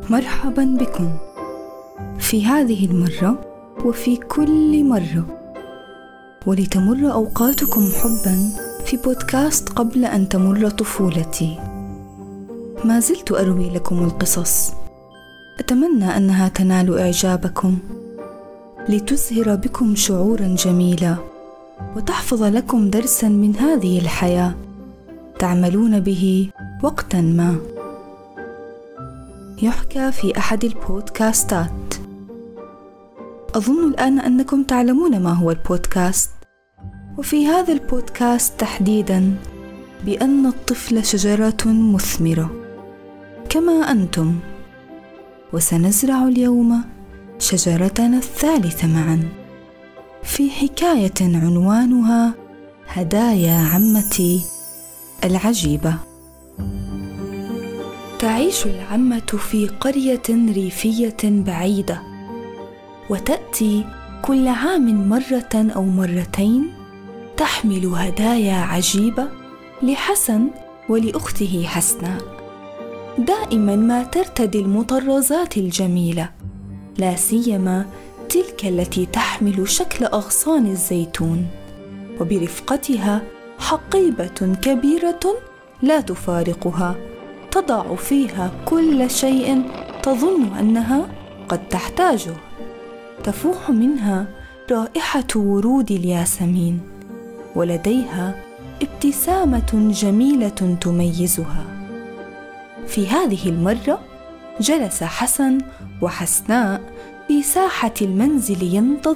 مرحبا بكم في هذه المرة وفي كل مرة، ولتمر أوقاتكم حبا في بودكاست قبل أن تمر طفولتي. ما زلت أروي لكم القصص، أتمنى أنها تنال إعجابكم لتزهر بكم شعورا جميلا وتحفظ لكم درسا من هذه الحياة تعملون به وقتا ما. يحكى في أحد البودكاستات. أظن الآن أنكم تعلمون ما هو البودكاست، وفي هذا البودكاست تحديدا بأن الطفل شجرة مثمرة كما أنتم، وسنزرع اليوم شجرتنا الثالثة معا في حكاية عنوانها هدايا عمتي العجيبة. تعيش العمة في قرية ريفية بعيدة، وتأتي كل عام مرة أو مرتين تحمل هدايا عجيبة لحسن ولأخته حسناء. دائما ما ترتدي المطرزات الجميلة، لا سيما تلك التي تحمل شكل أغصان الزيتون، وبرفقتها حقيبة كبيرة لا تفارقها تضع فيها كل شيء تظن أنها قد تحتاجه. تفوح منها رائحة ورود الياسمين، ولديها ابتسامة جميلة تميزها. في هذه المرة جلس حسن وحسناء في ساحة المنزل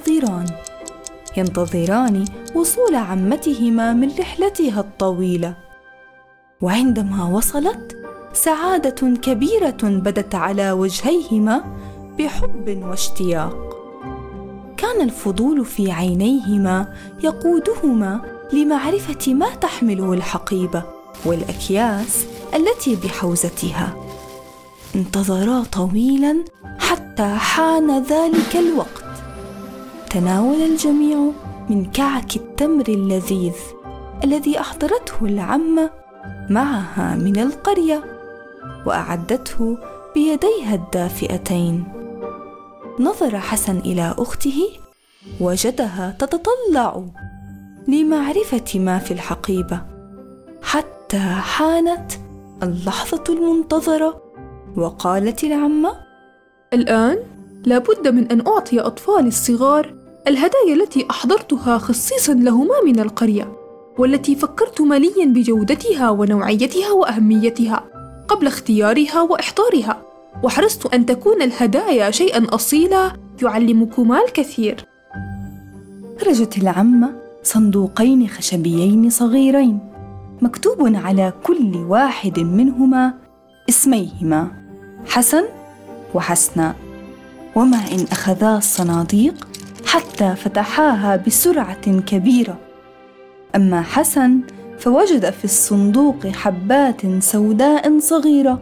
ينتظران وصول عمتهما من رحلتها الطويلة. وعندما وصلت، سعادة كبيرة بدت على وجهيهما بحب واشتياق. كان الفضول في عينيهما يقودهما لمعرفة ما تحمله الحقيبة والأكياس التي بحوزتها. انتظرا طويلا حتى حان ذلك الوقت. تناول الجميع من كعك التمر اللذيذ الذي أحضرته العمة معها من القرية، وأعدته بيديها الدافئتين. نظر حسن إلى أخته، وجدها تتطلع لمعرفة ما في الحقيبة، حتى حانت اللحظة المنتظرة، وقالت العمة: الآن لابد من أن أعطي أطفالي الصغار الهدايا التي أحضرتها خصيصا لهما من القرية، والتي فكرت مليا بجودتها ونوعيتها وأهميتها قبل اختيارها وإحضارها، وحرصت أن تكون الهدايا شيئا أصيلا يعلمكما الكثير. خرجت العمة صندوقين خشبيين صغيرين مكتوب على كل واحد منهما اسميهما حسن وحسناء، وما إن أخذا الصناديق حتى فتحاها بسرعة كبيرة. أما حسن فوجد في الصندوق حبات سوداء صغيرة.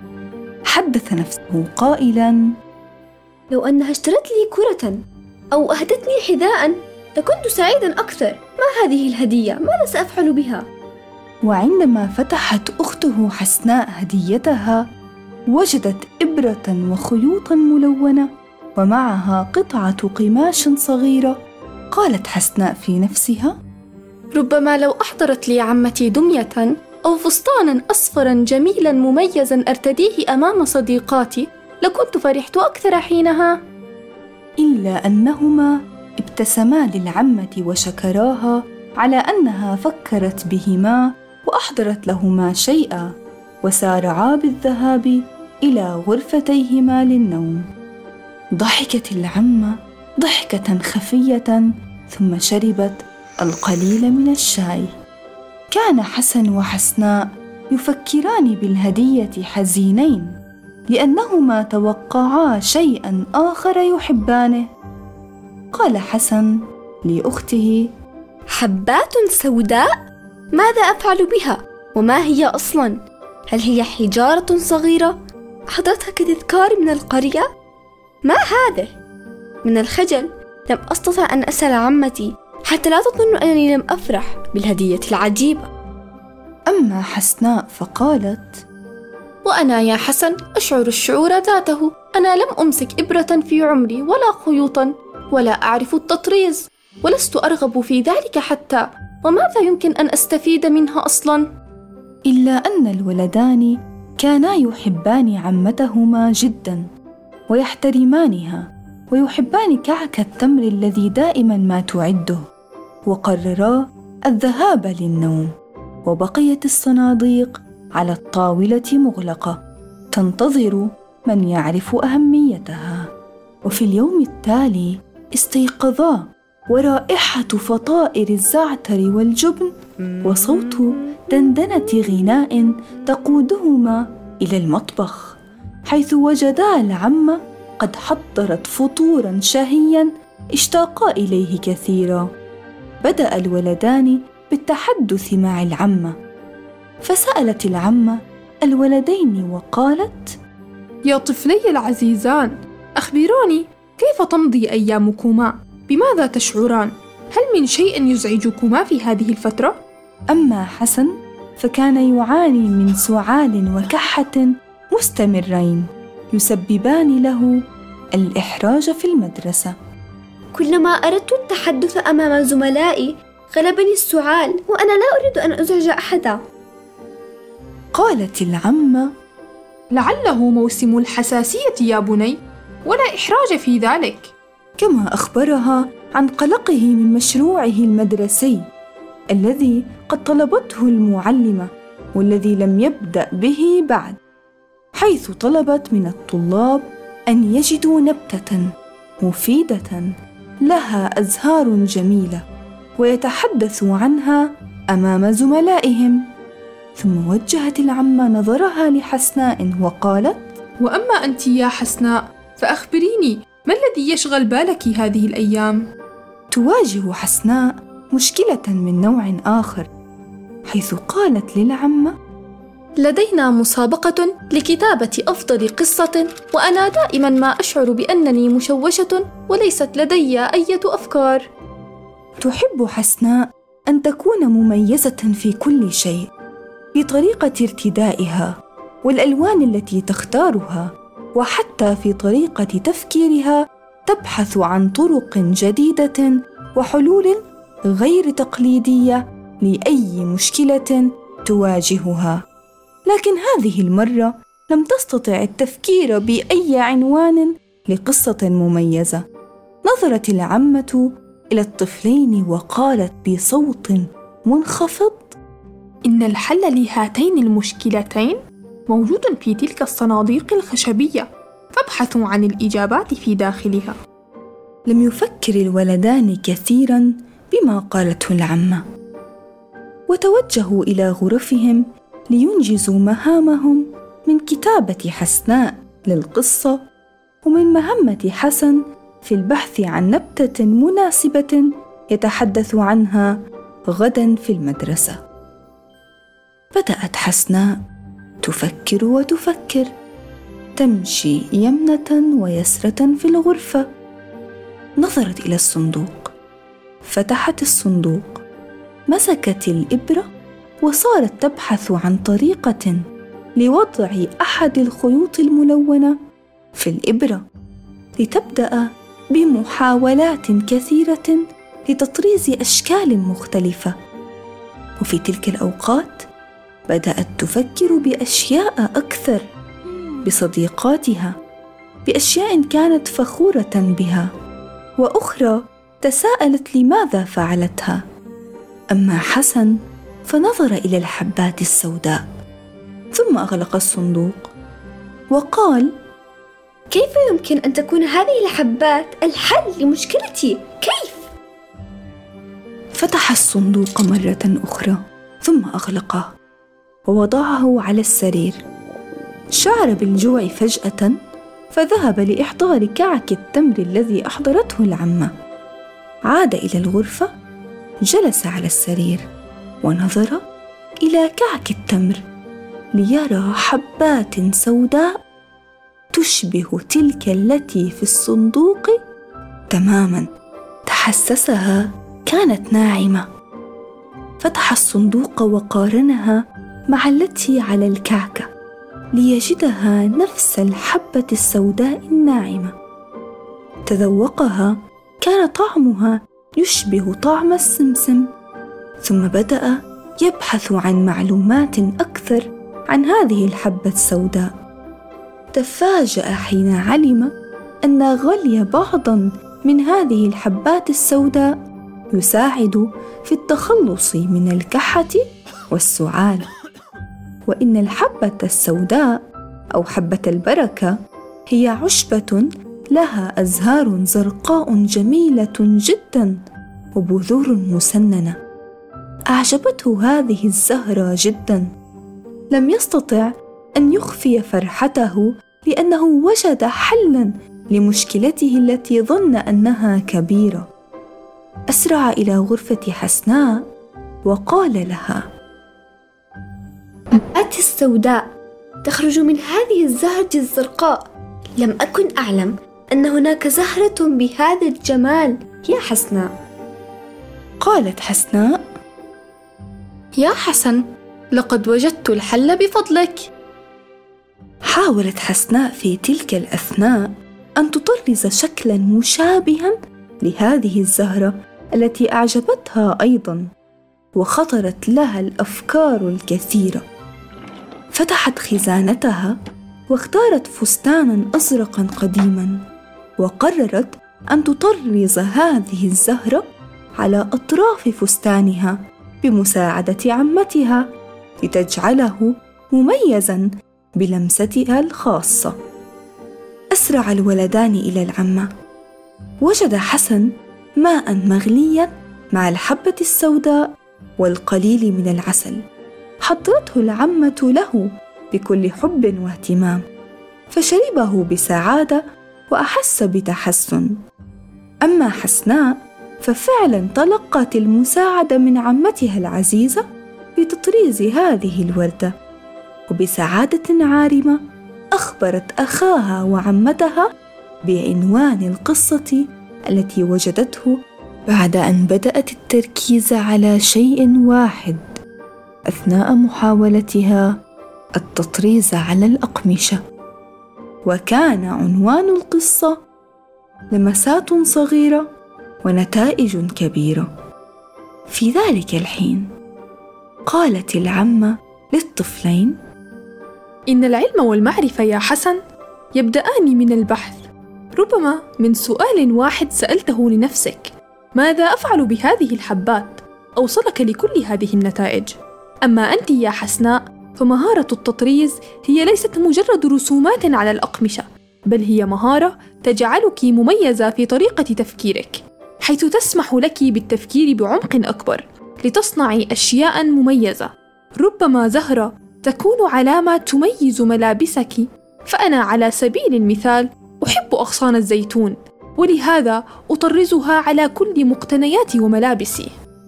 حدث نفسه قائلاً: لو أنها اشترت لي كرة أو أهدتني حذاء لكنت سعيداً أكثر. ما هذه الهدية؟ ماذا سأفعل بها؟ وعندما فتحت أخته حسناء هديتها، وجدت إبرة وخيوطاً ملونة ومعها قطعة قماش صغيرة. قالت حسناء في نفسها: ربما لو أحضرت لي عمتي دمية أو فستاناً أصفراً جميلاً مميزاً أرتديه أمام صديقاتي لكنت فرحت أكثر حينها. إلا أنهما ابتسما للعمة وشكراها على أنها فكرت بهما وأحضرت لهما شيئا، وسارعا بالذهاب إلى غرفتيهما للنوم. ضحكت العمة ضحكة خفية، ثم شربت القليل من الشاي. كان حسن وحسناء يفكران بالهدية حزينين، لأنهما توقعا شيئا آخر يحبانه. قال حسن لأخته: حبات سوداء؟ ماذا أفعل بها؟ وما هي أصلا؟ هل هي حجارة صغيرة أحضرتها كتذكار من القرية؟ ما هذا؟ من الخجل لم أستطع أن أسأل عمتي حتى لا تظن أنني لم أفرح بالهدية العجيبة. أما حسناء فقالت: وأنا يا حسن أشعر الشعور ذاته. أنا لم أمسك إبرة في عمري ولا خيوطا، ولا أعرف التطريز، ولست أرغب في ذلك حتى. وماذا يمكن أن أستفيد منها أصلا؟ إلا أن الولدان كانا يحبان عمتهما جدا ويحترمانها، ويحبان كعك التمر الذي دائما ما تعده، وقررا الذهاب للنوم. وبقيت الصناديق على الطاولة مغلقة تنتظر من يعرف أهميتها. وفي اليوم التالي استيقظا ورائحة فطائر الزعتر والجبن وصوت دندنة غناء تقودهما إلى المطبخ، حيث وجدا العم قد حضرت فطوراً شهياً اشتاقا إليه كثيراً. بدأ الولدان بالتحدث مع العمة، فسألت العمة الولدين وقالت: يا طفلي العزيزان، أخبروني كيف تمضي أيامكما؟ بماذا تشعران؟ هل من شيء يزعجكما في هذه الفترة؟ أما حسن فكان يعاني من سعال وكحة مستمرين يسببان له الإحراج في المدرسة. كلما أردت التحدث أمام زملائي غلبني السعال، وأنا لا أريد أن أزعج أحدا. قالت العمة: لعله موسم الحساسية يا بني، ولا إحراج في ذلك. كما أخبرها عن قلقه من مشروعه المدرسي الذي قد طلبته المعلمة، والذي لم يبدأ به بعد، حيث طلبت من الطلاب أن يجدوا نبتة مفيدة لها أزهار جميلة ويتحدثوا عنها أمام زملائهم. ثم وجهت العمة نظرها لحسناء وقالت: وأما أنت يا حسناء فأخبريني، ما الذي يشغل بالك هذه الأيام؟ تواجه حسناء مشكلة من نوع آخر، حيث قالت للعمة: لدينا مسابقة لكتابة أفضل قصة، وأنا دائما ما أشعر بأنني مشوشة وليست لدي أي أفكار. تحب حسناء أن تكون مميزة في كل شيء، في طريقة ارتدائها والألوان التي تختارها، وحتى في طريقة تفكيرها. تبحث عن طرق جديدة وحلول غير تقليدية لأي مشكلة تواجهها. لكن هذه المرة لم تستطع التفكير بأي عنوان لقصة مميزة. نظرت العمة إلى الطفلين وقالت بصوت منخفض: إن الحل لهاتين المشكلتين موجود في تلك الصناديق الخشبية، فابحثوا عن الإجابات في داخلها. لم يفكر الولدان كثيراً بما قالته العمة، وتوجهوا إلى غرفهم لينجزوا مهامهم من كتابة حسناء للقصة، ومن مهمة حسن في البحث عن نبتة مناسبة يتحدث عنها غداً في المدرسة. بدأت حسناء تفكر وتفكر، تمشي يمنة ويسرة في الغرفة. نظرت إلى الصندوق، فتحت الصندوق، مسكت الإبرة وصارت تبحث عن طريقة لوضع أحد الخيوط الملونة في الإبرة، لتبدأ بمحاولات كثيرة لتطريز أشكال مختلفة. وفي تلك الأوقات بدأت تفكر بأشياء أكثر، بصديقاتها، بأشياء كانت فخورة بها، وأخرى تساءلت لماذا فعلتها. أما حسن فنظر إلى الحبات السوداء، ثم أغلق الصندوق وقال: كيف يمكن أن تكون هذه الحبات الحل لمشكلتي؟ كيف؟ فتح الصندوق مرة أخرى ثم أغلقه ووضعه على السرير. شعر بالجوع فجأة، فذهب لإحضار كعك التمر الذي أحضرته العمة. عاد إلى الغرفة، جلس على السرير ونظر إلى كعك التمر ليرى حبات سوداء تشبه تلك التي في الصندوق تماماً. تحسسها كانت ناعمة. فتح الصندوق وقارنها مع التي على الكعكة، ليجدها نفس الحبة السوداء الناعمة. تذوقها، كان طعمها يشبه طعم السمسم، ثم بدأ يبحث عن معلومات أكثر عن هذه الحبة السوداء. تفاجأ حين علم أن غلي بعضاً من هذه الحبات السوداء يساعد في التخلص من الكحة والسعال، وإن الحبة السوداء أو حبة البركة هي عشبة لها أزهار زرقاء جميلة جداً وبذور مسننة. أعجبته هذه الزهرة جداً، لم يستطع أن يخفي فرحته لأنه وجد حلاً لمشكلته التي ظن أنها كبيرة. أسرع إلى غرفة حسناء وقال لها: الحبات السوداء تخرج من هذه الزهرة الزرقاء. لم أكن أعلم أن هناك زهرة بهذا الجمال يا حسناء. قالت حسناء: يا حسن، لقد وجدت الحل بفضلك. حاولت حسناء في تلك الأثناء أن تطرز شكلاً مشابهاً لهذه الزهرة التي أعجبتها أيضاً، وخطرت لها الأفكار الكثيرة. فتحت خزانتها واختارت فستاناً أزرقاً قديماً، وقررت أن تطرز هذه الزهرة على أطراف فستانها بمساعدة عمتها لتجعله مميزاً بلمستها الخاصة. أسرع الولدان إلى العمة. وجد حسن ماء مغليا مع الحبة السوداء والقليل من العسل. حضرته العمة له بكل حب واهتمام، فشربه بسعادة وأحس بتحسن. أما حسناء ففعلا تلقت المساعدة من عمتها العزيزة لتطريز هذه الوردة، وبسعادة عارمة أخبرت أخاها وعمتها بعنوان القصة التي وجدته بعد أن بدأت التركيز على شيء واحد أثناء محاولتها التطريز على الأقمشة. وكان عنوان القصة: لمسات صغيرة ونتائج كبيرة. في ذلك الحين قالت العمة للطفلين: إن العلم والمعرفة يا حسن يبدأان من البحث، ربما من سؤال واحد سألته لنفسك: ماذا أفعل بهذه الحبات؟ أوصلك لكل هذه النتائج. أما أنت يا حسناء، فمهارة التطريز هي ليست مجرد رسومات على الأقمشة، بل هي مهارة تجعلك مميزة في طريقة تفكيرك، حيث تسمح لك بالتفكير بعمق أكبر لتصنعي أشياء مميزة. ربما زهرة تكون علامة تميز ملابسك، فأنا على سبيل المثال أحب أغصان الزيتون، ولهذا أطرزها على كل مقتنياتي وملابسي.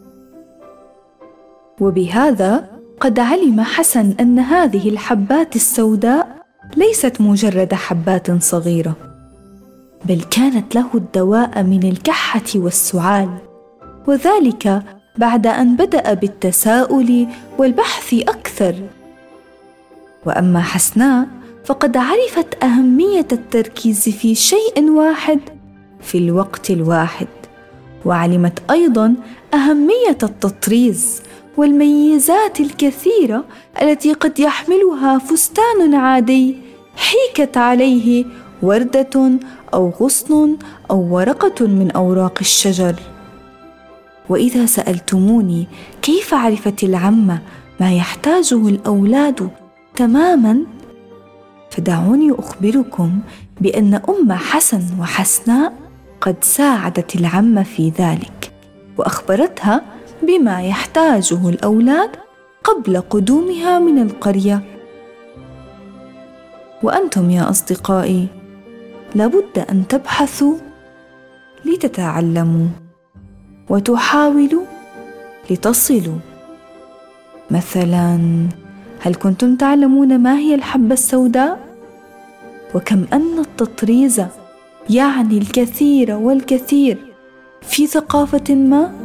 وبهذا قد علم حسن أن هذه الحبات السوداء ليست مجرد حبات صغيرة، بل كانت له الدواء من الكحة والسعال، وذلك بعد أن بدأ بالتساؤل والبحث أكثر. وأما حسناء فقد عرفت أهمية التركيز في شيء واحد في الوقت الواحد، وعلمت أيضاً أهمية التطريز والميزات الكثيرة التي قد يحملها فستان عادي حيكت عليه وردة أو غصن أو ورقة من أوراق الشجر. وإذا سألتموني كيف عرفت العمة ما يحتاجه الأولاد تماماً، فدعوني أخبركم بأن أم حسن وحسناء قد ساعدت العمة في ذلك، وأخبرتها بما يحتاجه الأولاد قبل قدومها من القرية. وأنتم يا أصدقائي لابد أن تبحثوا لتتعلموا، وتحاولوا لتصلوا. مثلاً، هل كنتم تعلمون ما هي الحبة السوداء؟ وكم أن التطريز يعني الكثير والكثير في ثقافة ما؟